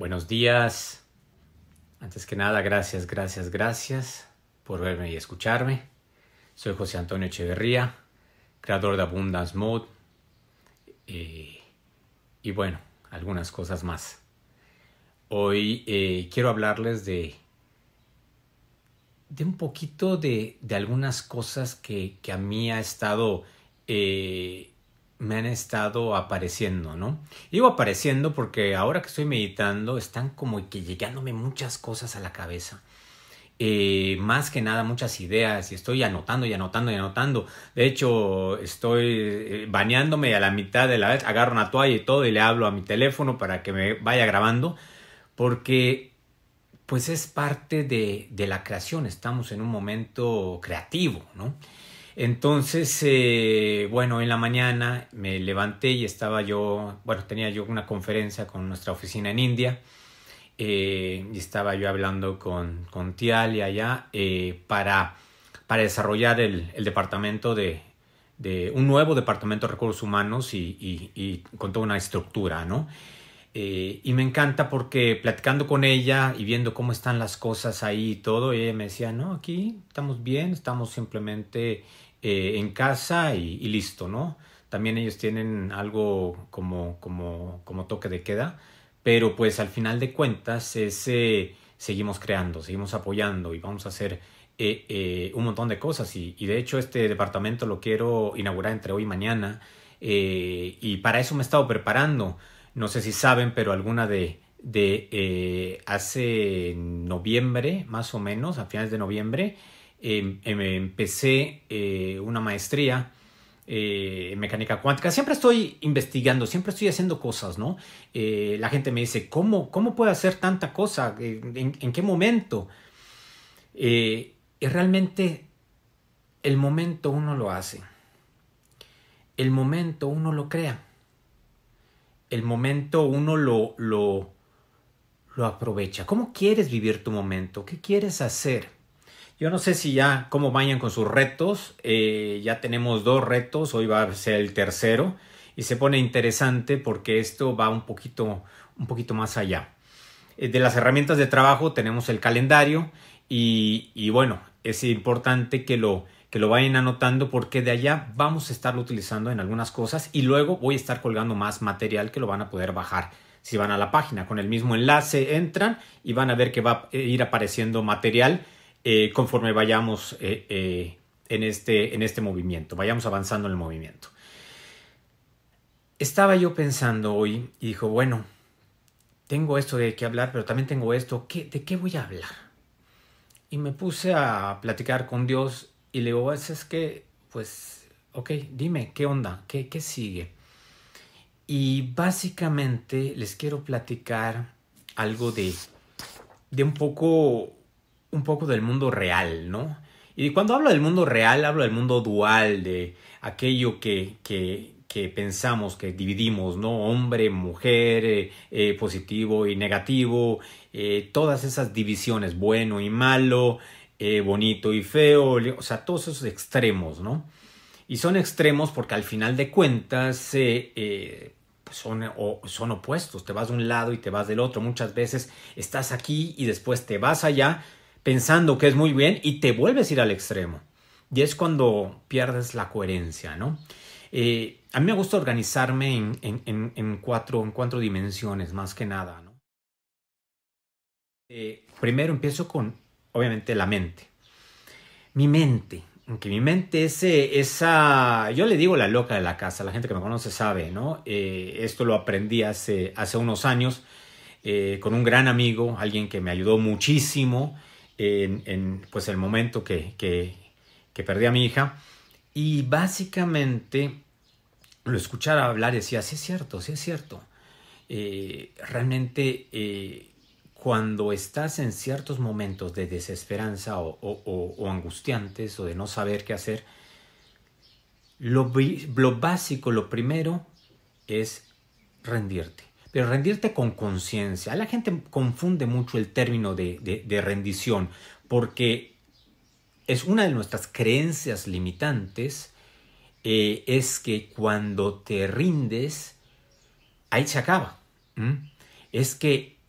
Buenos días. Antes que nada, gracias por verme y escucharme. Soy José Antonio Echeverría, creador de Abundance Mode y bueno, algunas cosas más. Hoy quiero hablarles de un poquito de algunas cosas que a mí me han estado apareciendo, ¿no? Digo apareciendo porque ahora que estoy meditando están como que llegándome muchas cosas a la cabeza. Más que nada muchas ideas y estoy anotando y anotando y anotando. De hecho, estoy bañándome y a la mitad de la vez agarro una toalla y todo y le hablo a mi teléfono para que me vaya grabando porque pues es parte de la creación. Estamos en un momento creativo, ¿no? Entonces, bueno, en la mañana me levanté y tenía yo una conferencia con nuestra oficina en India y estaba yo hablando con Tiali allá para desarrollar el departamento de un nuevo departamento de recursos humanos y con toda una estructura, ¿no? Y me encanta porque platicando con ella y viendo cómo están las cosas ahí y todo, ella me decía, no, aquí estamos bien, estamos simplemente en casa y listo, ¿no? También ellos tienen algo como toque de queda, pero pues al final de cuentas seguimos creando, seguimos apoyando y vamos a hacer un montón de cosas y de hecho este departamento lo quiero inaugurar entre hoy y mañana y para eso me he estado preparando. No sé si saben, pero hace noviembre, más o menos, a finales de noviembre, empecé una maestría en mecánica cuántica. Siempre estoy investigando, siempre estoy haciendo cosas, ¿no? La gente me dice, ¿cómo puedo hacer tanta cosa? ¿En qué momento? Y realmente el momento uno lo hace. El momento uno lo crea. El momento uno lo aprovecha. ¿Cómo quieres vivir tu momento? ¿Qué quieres hacer? Yo no sé si ya cómo vayan con sus retos. Ya tenemos 2 retos. Hoy va a ser el tercero. Y se pone interesante porque esto va un poquito más allá. De las herramientas de trabajo tenemos el calendario. Y bueno, es importante que lo vayan anotando porque de allá vamos a estarlo utilizando en algunas cosas y luego voy a estar colgando más material que lo van a poder bajar. Si van a la página con el mismo enlace entran y van a ver que va a ir apareciendo material conforme vayamos en este movimiento, vayamos avanzando en el movimiento. Estaba yo pensando hoy y dijo, bueno, tengo esto de qué hablar, pero también tengo esto, ¿de qué voy a hablar? Y me puse a platicar con Dios y le digo, es que, pues, ok, dime, ¿qué onda? ¿Qué sigue? Y básicamente les quiero platicar algo de un poco del mundo real, ¿no? Y cuando hablo del mundo real, hablo del mundo dual, de aquello que pensamos, que dividimos, ¿no? Hombre, mujer, positivo y negativo, todas esas divisiones, bueno y malo, bonito y feo, o sea, todos esos extremos, ¿no? Y son extremos porque al final de cuentas pues son opuestos, te vas de un lado y te vas del otro. Muchas veces estás aquí y después te vas allá pensando que es muy bien y te vuelves a ir al extremo. Y es cuando pierdes la coherencia, ¿no? A mí me gusta organizarme en cuatro dimensiones, más que nada, ¿no? Primero empiezo con, obviamente, la mente. Mi mente, aunque mi mente es esa, yo le digo la loca de la casa, la gente que me conoce sabe, ¿no? Esto lo aprendí hace unos años con un gran amigo, alguien que me ayudó muchísimo pues el momento que perdí a mi hija. Y básicamente lo escuchaba hablar y decía, sí es cierto, sí es cierto. Realmente cuando estás en ciertos momentos de desesperanza o angustiantes o de no saber qué hacer, lo básico, lo primero es rendirte. Pero rendirte con conciencia. La gente confunde mucho el término de rendición porque es una de nuestras creencias limitantes. Es que cuando te rindes, ahí se acaba. Es que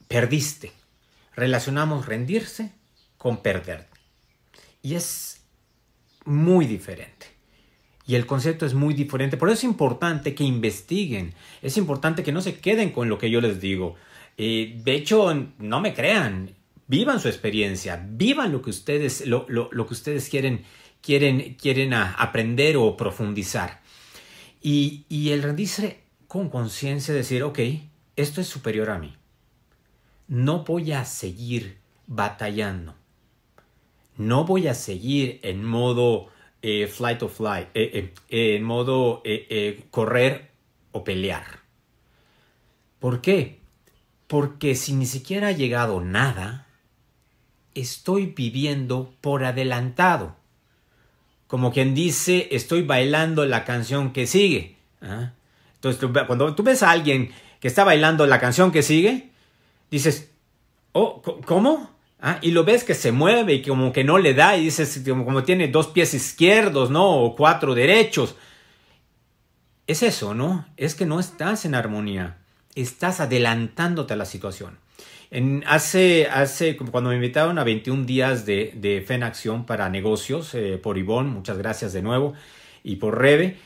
perdiste. Relacionamos rendirse con perder. Y es muy diferente. Y el concepto es muy diferente. Por eso es importante que investiguen. Es importante que no se queden con lo que yo les digo. De hecho, no me crean. Vivan su experiencia. Vivan lo que ustedes, lo que ustedes quieren aprender o profundizar. Y el rendirse con conciencia, decir, ok, esto es superior a mí. No voy a seguir batallando. No voy a seguir en modo flight or flight, en modo correr o pelear. ¿Por qué? Porque si ni siquiera ha llegado nada, estoy viviendo por adelantado. Como quien dice, estoy bailando la canción que sigue. ¿Ah? Entonces, cuando tú ves a alguien que está bailando la canción que sigue, dices, oh, ¿cómo? ¿Ah? Y lo ves que se mueve y como que no le da y dices, como tiene 2 pies izquierdos, ¿no? O 4 derechos. Es eso, ¿no? Es que no estás en armonía. Estás adelantándote a la situación. Cuando me invitaron a 21 días de Fe en Acción para negocios, por Ivonne, muchas gracias de nuevo, y por Rebe,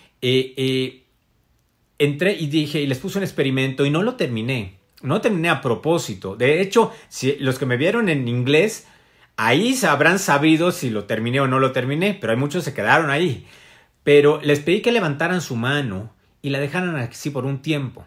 entré y dije, y les puse un experimento y no lo terminé. No terminé a propósito. De hecho, si los que me vieron en inglés, ahí habrán sabido si lo terminé o no lo terminé, pero hay muchos que se quedaron ahí. Pero les pedí que levantaran su mano y la dejaran así por un tiempo.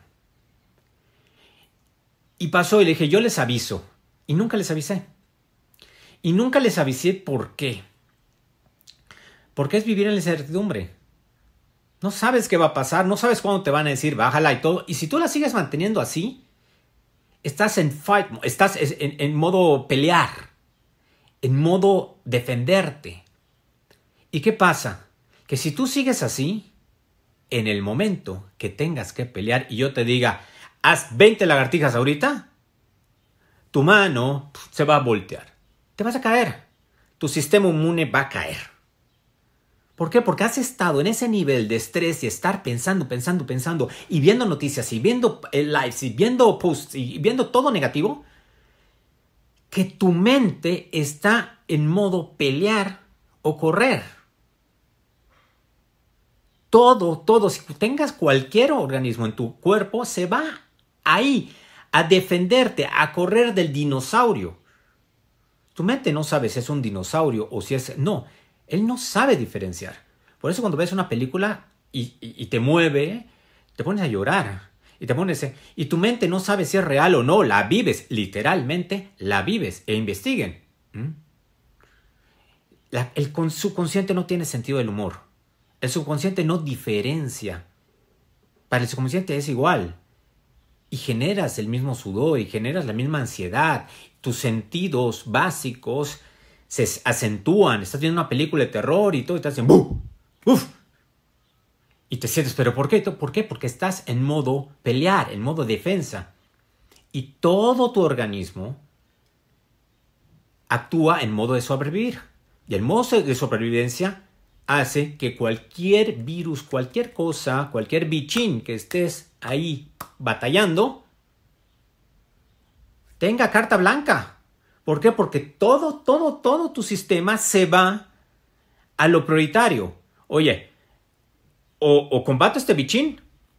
Y pasó y le dije, yo les aviso. Y nunca les avisé. Y nunca les avisé por qué. Porque es vivir en la incertidumbre. No sabes qué va a pasar, no sabes cuándo te van a decir, bájala y todo. Y si tú la sigues manteniendo así, estás en fight, estás en modo pelear, en modo defenderte. ¿Y qué pasa? Que si tú sigues así, en el momento que tengas que pelear y yo te diga, haz 20 lagartijas ahorita, tu mano se va a voltear. Te vas a caer. Tu sistema inmune va a caer. ¿Por qué? Porque has estado en ese nivel de estrés y estar pensando y viendo noticias y viendo lives y viendo posts y viendo todo negativo, que tu mente está en modo pelear o correr. Todo, si tengas cualquier organismo en tu cuerpo, se va ahí a defenderte, a correr del dinosaurio. Tu mente no sabe si es un dinosaurio o si es... No, él no sabe diferenciar. Por eso cuando ves una película y te mueve, te pones a llorar. Y tu mente no sabe si es real o no, la vives, literalmente la vives. E investiguen. El subconsciente no tiene sentido del humor. El subconsciente no diferencia. Para el subconsciente es igual. Y generas el mismo sudor y generas la misma ansiedad. Tus sentidos básicos se acentúan. Estás viendo una película de terror y todo y te hacen ¡buf! ¡Uf! Y te sientes, ¿pero por qué? ¿Por qué? Porque estás en modo pelear, en modo defensa. Y todo tu organismo actúa en modo de sobrevivir. Y el modo de sobrevivencia hace que cualquier virus, cualquier cosa, cualquier bichín que estés ahí batallando, tenga carta blanca. ¿Por qué? Porque todo tu sistema se va a lo prioritario. Oye, o combato este bichín,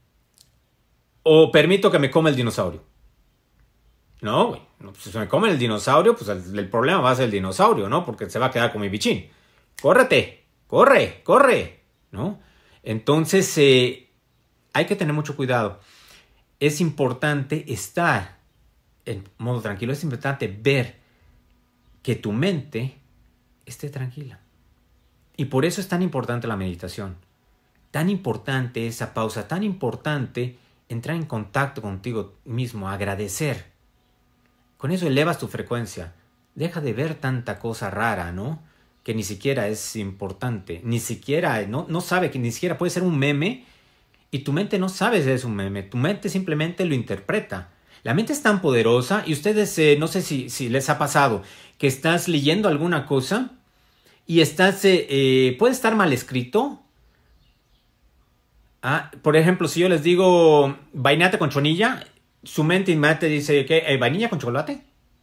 o permito que me coma el dinosaurio. No, güey. No, pues si me comen el dinosaurio, pues el problema va a ser el dinosaurio, ¿no? Porque se va a quedar con mi bichín. ¡Córrete! ¡Corre! ¿No? Entonces, hay que tener mucho cuidado. Es importante estar en modo tranquilo. Es importante ver que tu mente esté tranquila. Y por eso es tan importante la meditación. Tan importante esa pausa. Tan importante entrar en contacto contigo mismo. Agradecer. Con eso elevas tu frecuencia. Deja de ver tanta cosa rara, ¿no? Que ni siquiera es importante. Ni siquiera, no sabe que ni siquiera puede ser un meme. Y tu mente no sabe si es un meme. Tu mente simplemente lo interpreta. La mente es tan poderosa y ustedes, no sé si les ha pasado, que estás leyendo alguna cosa y puede estar mal escrito. Por ejemplo, si yo les digo, bañate con chonilla, su mente inmediatamente dice, ¿qué? ¿Vainilla con chocolate?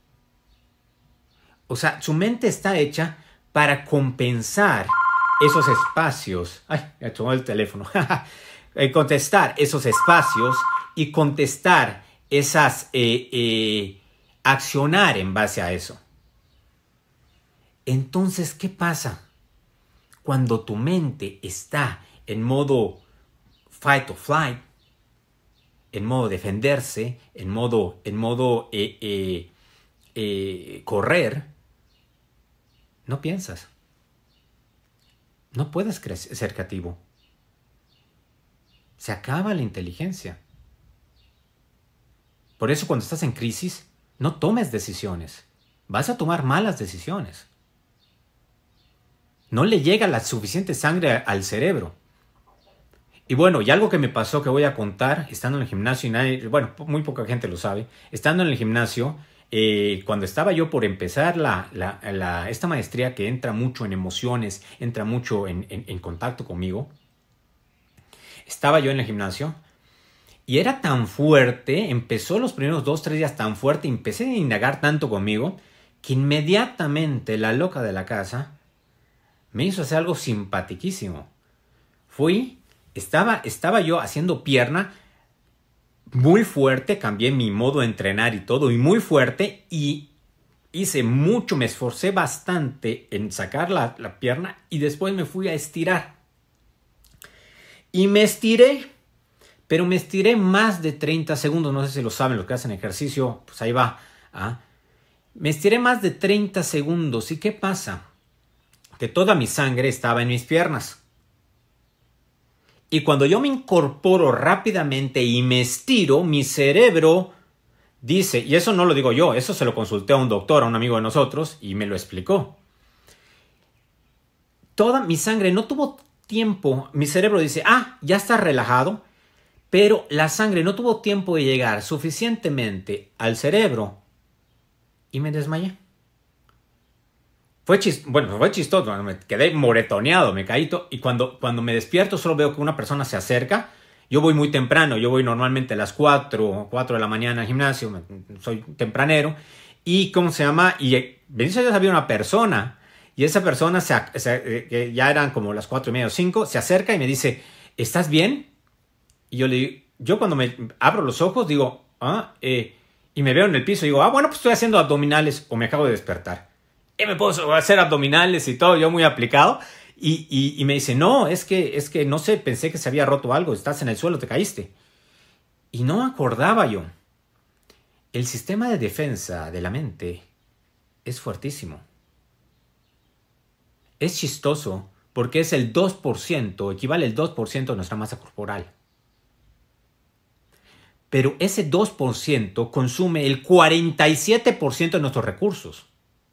O sea, su mente está hecha para compensar esos espacios. Ay, me tomó el teléfono. Contestar esos espacios y contestar esas... accionar en base a eso. Entonces, ¿qué pasa? Cuando tu mente está en modo fight or flight, en modo defenderse, en modo correr, no piensas. No puedes ser creativo. Se acaba la inteligencia. Por eso cuando estás en crisis, no tomes decisiones. Vas a tomar malas decisiones. No le llega la suficiente sangre al cerebro. Y bueno, y algo que me pasó que voy a contar, estando en el gimnasio, y nadie, bueno, muy poca gente lo sabe, estando en el gimnasio, cuando estaba yo por empezar esta maestría que entra mucho en emociones, entra mucho en contacto conmigo, estaba yo en el gimnasio y era tan fuerte, empezó los primeros 2, 3 días tan fuerte, empecé a indagar tanto conmigo, que inmediatamente la loca de la casa me hizo hacer algo simpaticísimo. Estaba yo haciendo pierna muy fuerte, cambié mi modo de entrenar y todo, y muy fuerte, y hice mucho, me esforcé bastante en sacar la pierna, y después me fui a estirar. Y me estiré, pero me estiré más de 30 segundos, no sé si lo saben los que hacen ejercicio, pues ahí va. Me estiré más de 30 segundos, ¿y qué pasa? Que toda mi sangre estaba en mis piernas. Y cuando yo me incorporo rápidamente y me estiro, mi cerebro dice, y eso no lo digo yo, eso se lo consulté a un doctor, a un amigo de nosotros, y me lo explicó. Toda mi sangre no tuvo tiempo, mi cerebro dice, ya está relajado, pero la sangre no tuvo tiempo de llegar suficientemente al cerebro y me desmayé. Fue chistoso, me quedé moretoneado, me caí y cuando me despierto solo veo que una persona se acerca. Yo voy muy temprano, yo voy normalmente a las 4 de la mañana al gimnasio, soy tempranero. Y ¿cómo se llama? Y bendito Dios, había una persona, y esa persona ya eran como las 4:30 o 5, se acerca y me dice, ¿estás bien? Y yo cuando me abro los ojos digo, y me veo en el piso y digo, bueno, pues estoy haciendo abdominales o me acabo de despertar. Y me puedo hacer abdominales y todo, yo muy aplicado. Y me dice, no, es que no sé, pensé que se había roto algo, estás en el suelo, te caíste. Y no acordaba yo. El sistema de defensa de la mente es fuertísimo. Es chistoso porque es el 2%, equivale el 2% de nuestra masa corporal. Pero ese 2% consume el 47% de nuestros recursos.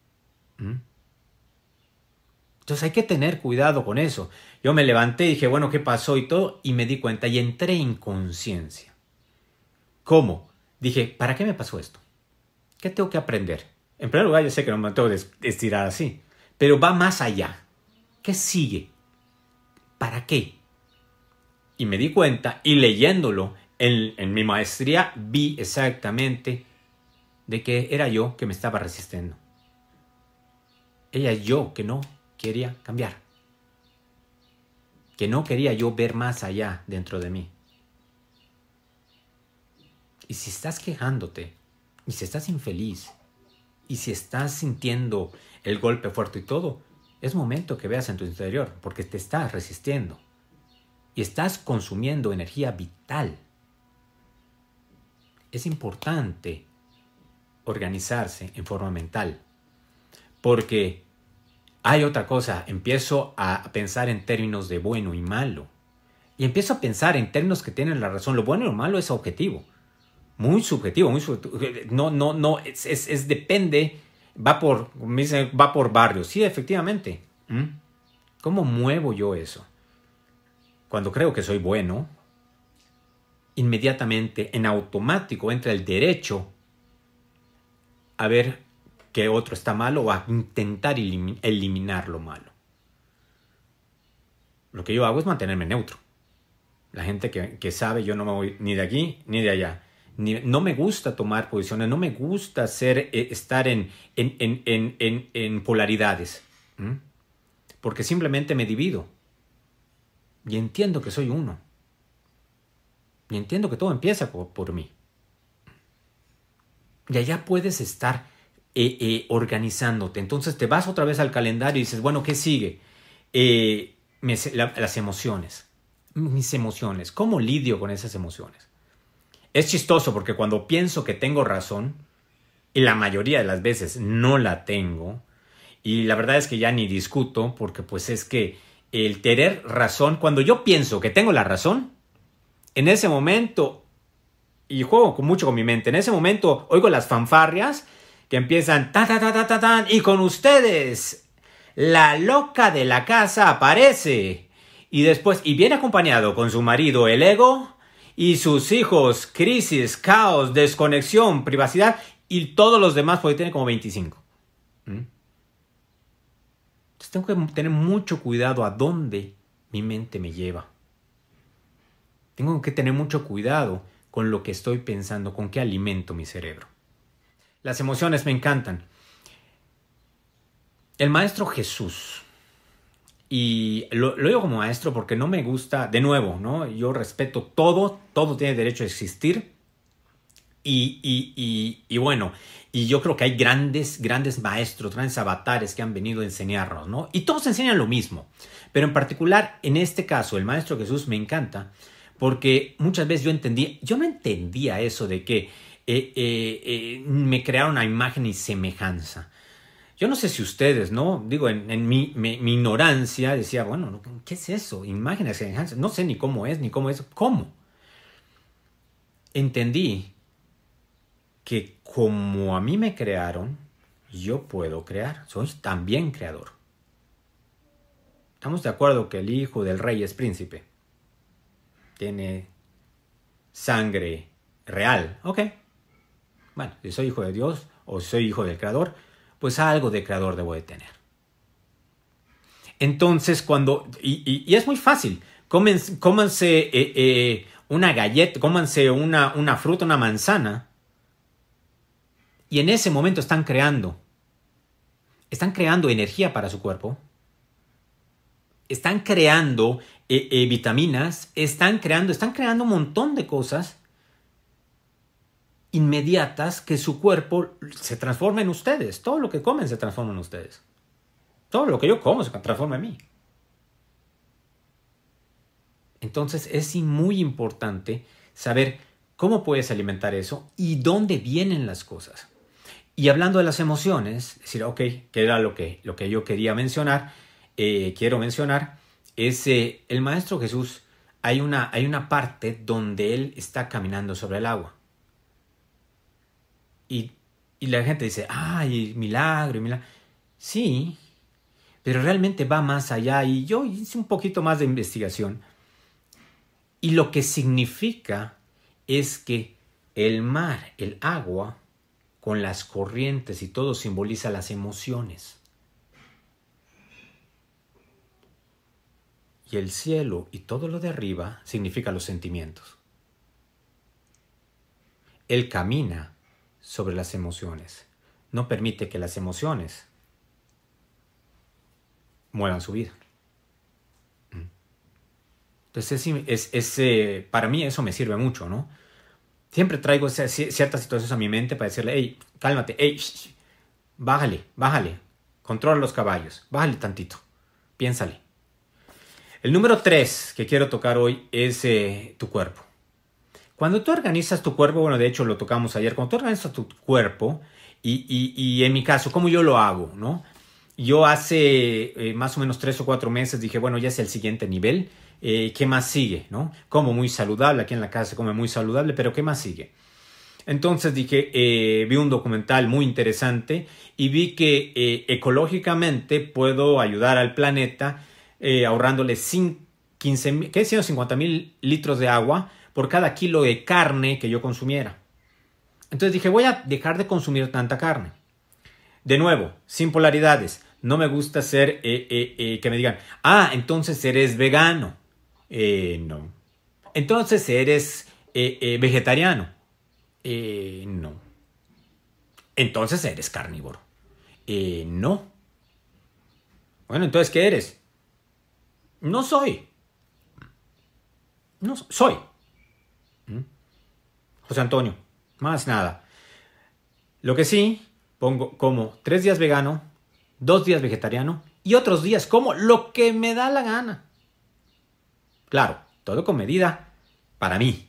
Entonces hay que tener cuidado con eso. Yo me levanté y dije, bueno, ¿qué pasó? Y todo, y me di cuenta y entré en conciencia. ¿Cómo? Dije, ¿para qué me pasó esto? ¿Qué tengo que aprender? En primer lugar, yo sé que no me tengo que estirar así, pero va más allá. ¿Qué sigue? ¿Para qué? Y me di cuenta, y leyéndolo en mi maestría, vi exactamente de que era yo que me estaba resistiendo. Ella es yo que no quería cambiar. Que no quería yo ver más allá dentro de mí. Y si estás quejándote, y si estás infeliz, y si estás sintiendo el golpe fuerte y todo, es momento que veas en tu interior, porque te estás resistiendo. Y estás consumiendo energía vital. Es importante organizarse en forma mental. Porque hay otra cosa, empiezo a pensar en términos de bueno y malo. Y empiezo a pensar en términos que tienen la razón. Lo bueno y lo malo es objetivo. Muy subjetivo, muy subjetivo. No, depende, va por barrios. Sí, efectivamente. ¿Cómo muevo yo eso? Cuando creo que soy bueno, inmediatamente, en automático, entra el derecho a ver que otro está malo o a intentar eliminar lo malo. Lo que yo hago es mantenerme neutro. La gente que sabe, yo no me voy ni de aquí ni de allá. no me gusta tomar posiciones, no me gusta estar en polaridades, ¿m? Porque simplemente me divido y entiendo que soy uno y entiendo que todo empieza por mí. Y allá puedes estar organizándote. Entonces te vas otra vez al calendario y dices, bueno, ¿qué sigue? Las emociones, mis emociones, ¿cómo lidio con esas emociones? Es chistoso porque cuando pienso que tengo razón, y la mayoría de las veces no la tengo, y la verdad es que ya ni discuto, porque pues es que el tener razón, cuando yo pienso que tengo la razón, en ese momento, y juego mucho con mi mente, en ese momento oigo las fanfarrias que empiezan ta ta ta ta ta ta, y con ustedes la loca de la casa aparece, y después, y viene acompañado con su marido el ego, y sus hijos, crisis, caos, desconexión, privacidad, y todos los demás, porque tiene como 25. Entonces tengo que tener mucho cuidado a dónde mi mente me lleva. Tengo que tener mucho cuidado con lo que estoy pensando, con qué alimento mi cerebro. Las emociones me encantan. El Maestro Jesús, y lo digo como maestro porque no me gusta, de nuevo, ¿no? Yo respeto todo tiene derecho a existir. Y bueno, y yo creo que hay grandes maestros, grandes avatares que han venido a enseñarnos, ¿no? Y todos enseñan lo mismo. Pero en particular, en este caso, el Maestro Jesús me encanta porque muchas veces yo no entendía eso de que me crearon a imagen y semejanza. Yo no sé si ustedes, ¿no? Digo, en mi ignorancia decía, bueno, ¿qué es eso? Imagen y semejanza. No sé ni cómo es. ¿Cómo? Entendí que como a mí me crearon, yo puedo crear. Soy también creador. ¿Estamos de acuerdo que el hijo del rey es príncipe? Tiene sangre real. Ok. Bueno, si soy hijo de Dios o soy hijo del creador, pues algo de creador debo de tener. Entonces, y es muy fácil. Cómanse una galleta, cómanse una fruta, una manzana. Y en ese momento están creando energía para su cuerpo, están creando vitaminas, están creando un montón de cosas inmediatas que su cuerpo se transforma en ustedes. Todo lo que comen se transforma en ustedes. Todo lo que yo como se transforma en mí. Entonces es muy importante saber cómo puedes alimentar eso y dónde vienen las cosas. Y hablando de las emociones, decir, ok, que era lo que yo quería mencionar, quiero mencionar, es el Maestro Jesús, hay una parte donde él está caminando sobre el agua. Y la gente dice, ay, milagro. Sí, pero realmente va más allá. Y yo hice un poquito más de investigación. Y lo que significa es que el mar, el agua, con las corrientes y todo simboliza las emociones. Y el cielo y todo lo de arriba significa los sentimientos. Él camina sobre las emociones. No permite que las emociones muevan su vida. Entonces, para mí eso me sirve mucho, ¿no? Siempre traigo ciertas situaciones a mi mente para decirle, hey, cálmate, hey, bájale, controla los caballos, bájale tantito, piénsale. El número 3 que quiero tocar hoy es tu cuerpo. Cuando tú organizas tu cuerpo, bueno, de hecho lo tocamos ayer, cuando tú organizas tu cuerpo, y en mi caso, ¿cómo yo lo hago, no? Yo hace más o menos 3 o 4 meses dije, bueno, ya es el siguiente nivel, ¿qué más sigue, no? Como muy saludable, aquí en la casa se come muy saludable, pero ¿qué más sigue? Entonces dije, vi un documental muy interesante y vi que ecológicamente puedo ayudar al planeta ahorrándole 150,000 litros de agua por cada kilo de carne que yo consumiera. Entonces dije, voy a dejar de consumir tanta carne. De nuevo, sin polaridades. No me gusta ser que me digan, entonces eres vegano. No. Entonces eres vegetariano. No. Entonces eres carnívoro. No. Bueno, entonces, ¿qué eres? No soy. No soy. José Antonio, más nada. Lo que sí, como 3 días vegano, 2 días vegetariano y otros días como lo que me da la gana. Claro, todo con medida para mí.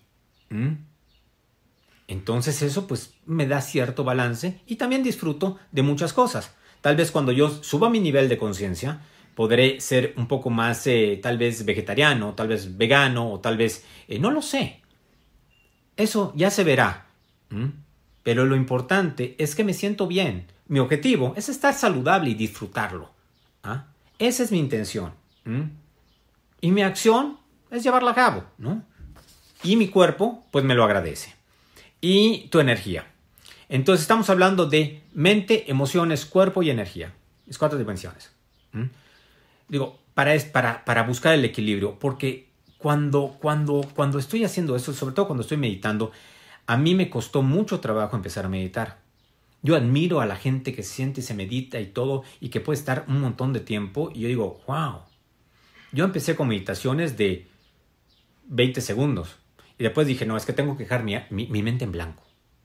Entonces eso pues me da cierto balance y también disfruto de muchas cosas. Tal vez cuando yo suba mi nivel de conciencia, podré ser un poco más tal vez vegetariano, tal vez vegano o tal vez... no lo sé. Eso ya se verá. Pero lo importante es que me siento bien. Mi objetivo es estar saludable y disfrutarlo. Esa es mi intención. Y mi acción es llevarla a cabo, ¿no? Y mi cuerpo pues me lo agradece. Y tu energía. Entonces estamos hablando de mente, emociones, cuerpo y energía. Es 4 dimensiones. Digo, para buscar el equilibrio, porque cuando estoy haciendo eso, sobre todo cuando estoy meditando, a mí me costó mucho trabajo empezar a meditar. Yo admiro a la gente que se siente y se medita y todo, y que puede estar un montón de tiempo, y yo digo, wow. Yo empecé con meditaciones de 20 segundos, y después dije, no, es que tengo que dejar mi mente en blanco.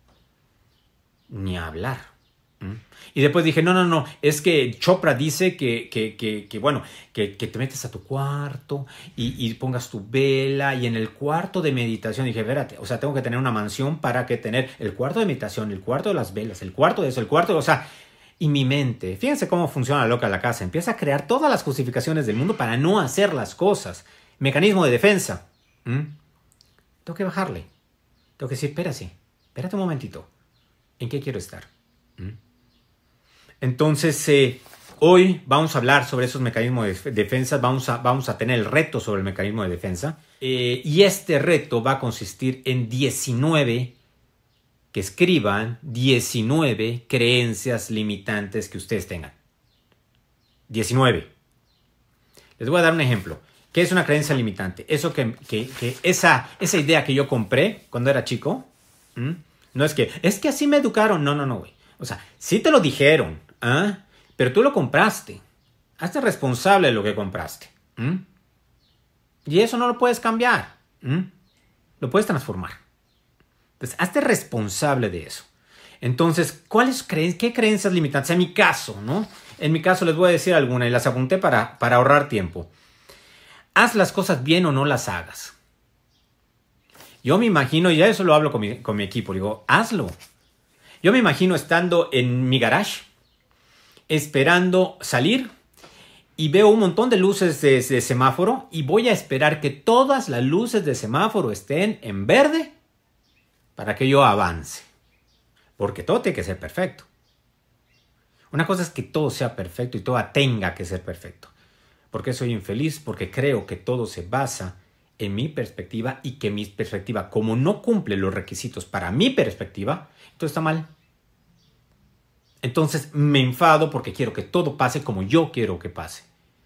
Ni hablar. Y después dije, no, es que Chopra dice que te metes a tu cuarto y pongas tu vela y en el cuarto de meditación, dije, espérate, o sea, tengo que tener una mansión para que tener el cuarto de meditación, el cuarto de las velas, el cuarto de eso, el cuarto, o sea, y mi mente, fíjense cómo funciona la loca de la casa, empieza a crear todas las justificaciones del mundo para no hacer las cosas, mecanismo de defensa. Tengo que bajarle, tengo que decir, espérate un momentito, ¿en qué quiero estar? Entonces, hoy vamos a hablar sobre esos mecanismos de defensa, vamos a tener el reto sobre el mecanismo de defensa, y este reto va a consistir en 19, que escriban 19 creencias limitantes que ustedes tengan. 19. Les voy a dar un ejemplo. ¿Qué es una creencia limitante? Eso esa idea que yo compré cuando era chico, no es que así me educaron, no, güey. O sea, sí te lo dijeron, pero tú lo compraste. Hazte responsable de lo que compraste. Y eso no lo puedes cambiar. Lo puedes transformar. Entonces, hazte responsable de eso. Entonces, ¿qué creencias limitantes? En mi caso, ¿no? En mi caso les voy a decir alguna y las apunté para ahorrar tiempo. Haz las cosas bien o no las hagas. Yo me imagino, y ya eso lo hablo con mi equipo, digo, hazlo. Yo me imagino estando en mi garage, esperando salir, y veo un montón de luces de semáforo, y voy a esperar que todas las luces de semáforo estén en verde para que yo avance. Porque todo tiene que ser perfecto. Una cosa es que todo sea perfecto y todo tenga que ser perfecto. ¿Por qué soy infeliz? Porque creo que todo se basa en mi perspectiva y que mi perspectiva, como no cumple los requisitos para mi perspectiva, entonces está mal. Entonces me enfado porque quiero que todo pase como yo quiero que pase.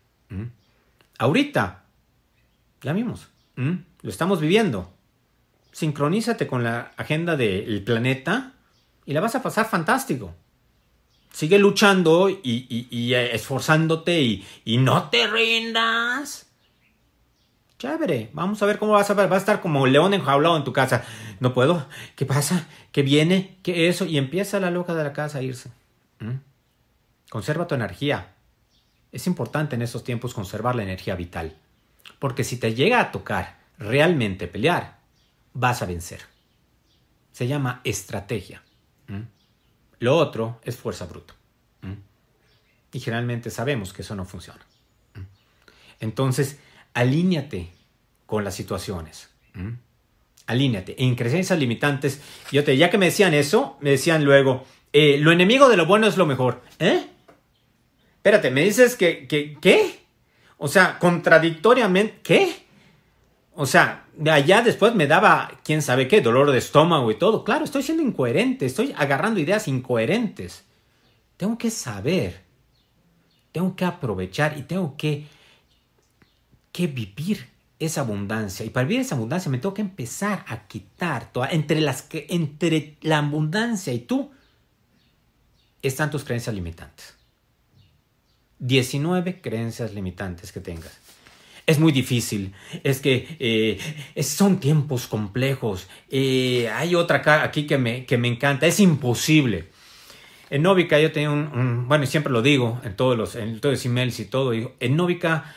Ahorita, ya vimos, lo estamos viviendo. Sincronízate con la agenda del planeta y la vas a pasar fantástico. Sigue luchando y esforzándote y no te rindas. Chévere, vamos a ver cómo vas a estar como león enjaulado en tu casa. No puedo, ¿qué pasa? ¿Qué viene? ¿Qué eso? Y empieza la loca de la casa a irse. Conserva tu energía. Es importante en estos tiempos conservar la energía vital. Porque si te llega a tocar realmente pelear, vas a vencer. Se llama estrategia. Lo otro es fuerza bruta. Y generalmente sabemos que eso no funciona. Entonces, alíñate con las situaciones. Alíñate. En creencias limitantes, ya que me decían eso, me decían luego, lo enemigo de lo bueno es lo mejor. Espérate, ¿me dices qué? O sea, contradictoriamente, ¿qué? O sea, de allá después me daba, quién sabe qué, dolor de estómago y todo. Claro, estoy siendo incoherente, estoy agarrando ideas incoherentes. Tengo que saber, tengo que aprovechar y tengo que vivir esa abundancia. Y para vivir esa abundancia me tengo que empezar a quitar toda, entre la abundancia y tú están tus creencias limitantes. 19 creencias limitantes que tengas. Es muy difícil, es que son tiempos complejos. Hay otra acá, aquí que me encanta, es imposible. En Novica yo tenía bueno, y siempre lo digo en todos los emails y todo, digo, en Novica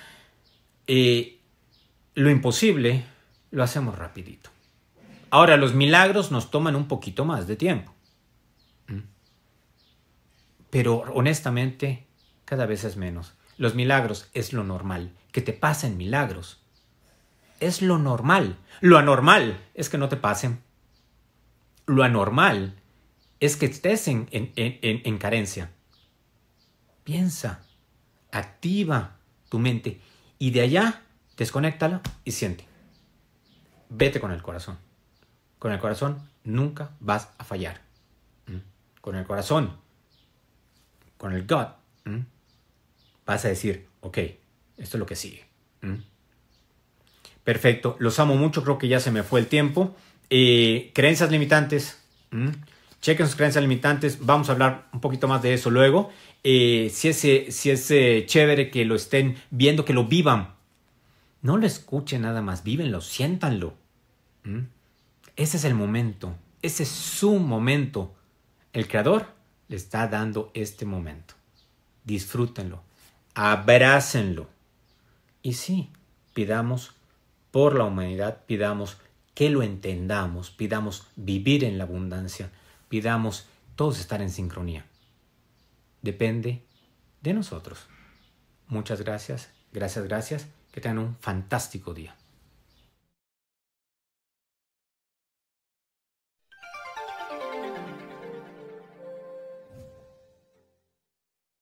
lo imposible lo hacemos rapidito. Ahora, los milagros nos toman un poquito más de tiempo. Pero honestamente, cada vez es menos. Los milagros es lo normal. Que te pasen milagros es lo normal. Lo anormal es que no te pasen. Lo anormal es que estés en carencia. Piensa, activa tu mente y de allá desconéctala y siente. Vete con el corazón. Con el corazón nunca vas a fallar. Con el corazón, con el gut, vas a decir, ok, esto es lo que sigue. Perfecto, los amo mucho, creo que ya se me fue el tiempo. Creencias limitantes. Chequen sus creencias limitantes. Vamos a hablar un poquito más de eso luego. Si es chévere que lo estén viendo, que lo vivan. No lo escuchen nada más, vívenlo, siéntanlo. Ese es el momento. Ese es su momento. El Creador le está dando este momento. Disfrútenlo. Abrácenlo. Y sí, pidamos por la humanidad, pidamos que lo entendamos, pidamos vivir en la abundancia, pidamos todos estar en sincronía. Depende de nosotros. Muchas gracias, gracias, gracias. Que tengan un fantástico día.